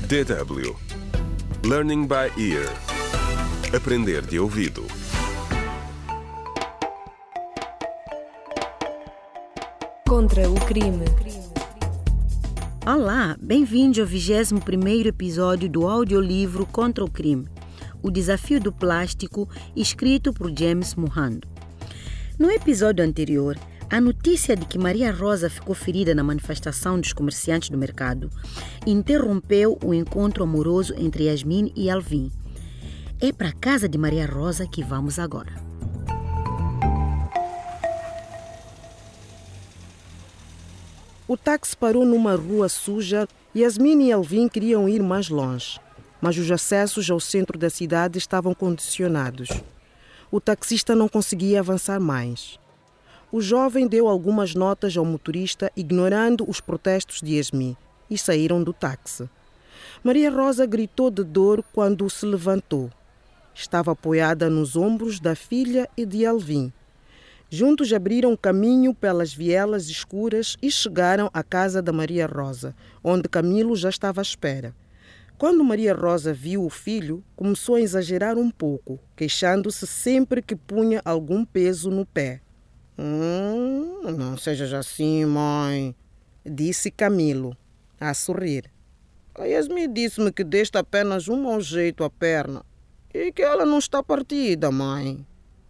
DW Learning by Ear. Aprender de ouvido. Contra o crime. Olá, bem-vindos ao 21º episódio do audiolivro Contra o Crime, o desafio do plástico, escrito por James Mohando. No episódio anterior, a notícia de que Maria Rosa ficou ferida na manifestação dos comerciantes do mercado interrompeu o encontro amoroso entre Yasmin e Alvin. É para a casa de Maria Rosa que vamos agora. O táxi parou numa rua suja e Yasmin e Alvin queriam ir mais longe, mas os acessos ao centro da cidade estavam condicionados. O taxista não conseguia avançar mais. O jovem deu algumas notas ao motorista, ignorando os protestos de Yasmin, e saíram do táxi. Maria Rosa gritou de dor quando se levantou. Estava apoiada nos ombros da filha e de Alvin. Juntos abriram caminho pelas vielas escuras e chegaram à casa da Maria Rosa, onde Camilo já estava à espera. Quando Maria Rosa viu o filho, começou a exagerar um pouco, queixando-se sempre que punha algum peso no pé. Não sejas assim, mãe, disse Camilo, a sorrir. A Yasmin disse-me que deste apenas um mau jeito à perna e que ela não está partida, mãe.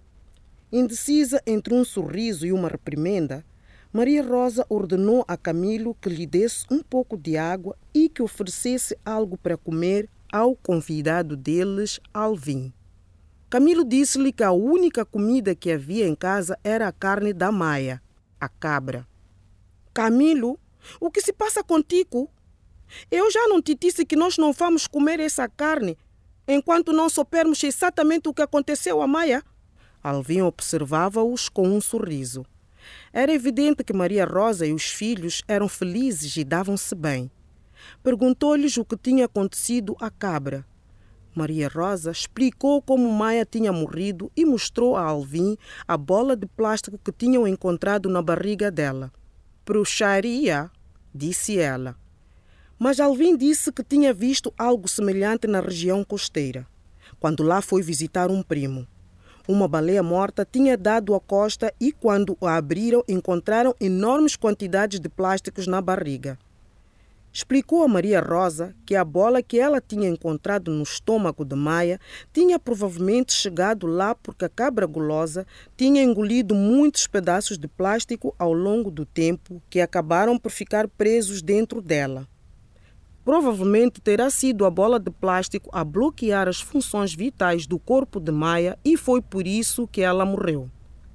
Indecisa entre um sorriso e uma reprimenda, Maria Rosa ordenou a Camilo que lhe desse um pouco de água e que oferecesse algo para comer ao convidado deles, Alvin. Camilo disse-lhe que a única comida que havia em casa era a carne da Maia, a cabra. Camilo, o que se passa contigo? Eu já não te disse que nós não vamos comer essa carne enquanto não soubermos exatamente o que aconteceu à Maia? Alvin observava-os com um sorriso. Era evidente que Maria Rosa e os filhos eram felizes e davam-se bem. Perguntou-lhes o que tinha acontecido à cabra. Maria Rosa explicou como Maia tinha morrido e mostrou a Alvin a bola de plástico que tinham encontrado na barriga dela. Bruxaria, disse ela. Mas Alvin disse que tinha visto algo semelhante na região costeira, quando lá foi visitar um primo. Uma baleia morta tinha dado à costa e, quando a abriram, encontraram enormes quantidades de plásticos na barriga. Explicou a Maria Rosa que a bola que ela tinha encontrado no estômago de Maia tinha provavelmente chegado lá porque a cabra gulosa tinha engolido muitos pedaços de plástico ao longo do tempo que acabaram por ficar presos dentro dela. Provavelmente terá sido a bola de plástico a bloquear as funções vitais do corpo de Maia e foi por isso que ela morreu.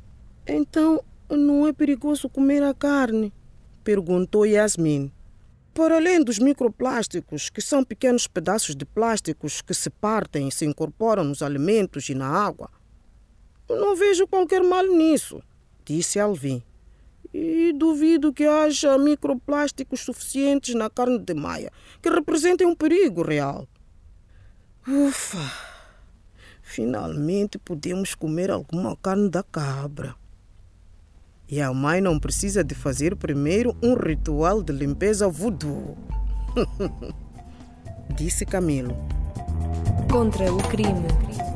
Então, não é perigoso comer a carne? Perguntou Yasmin. Para além dos microplásticos, que são pequenos pedaços de plásticos que se partem e se incorporam nos alimentos e na água, eu não vejo qualquer mal nisso, disse Alvin. E duvido que haja microplásticos suficientes na carne de Maia que representem um perigo real. Ufa! Finalmente podemos comer alguma carne da cabra. E a mãe não precisa de fazer primeiro um ritual de limpeza voodoo. Disse Camilo. Contra o crime.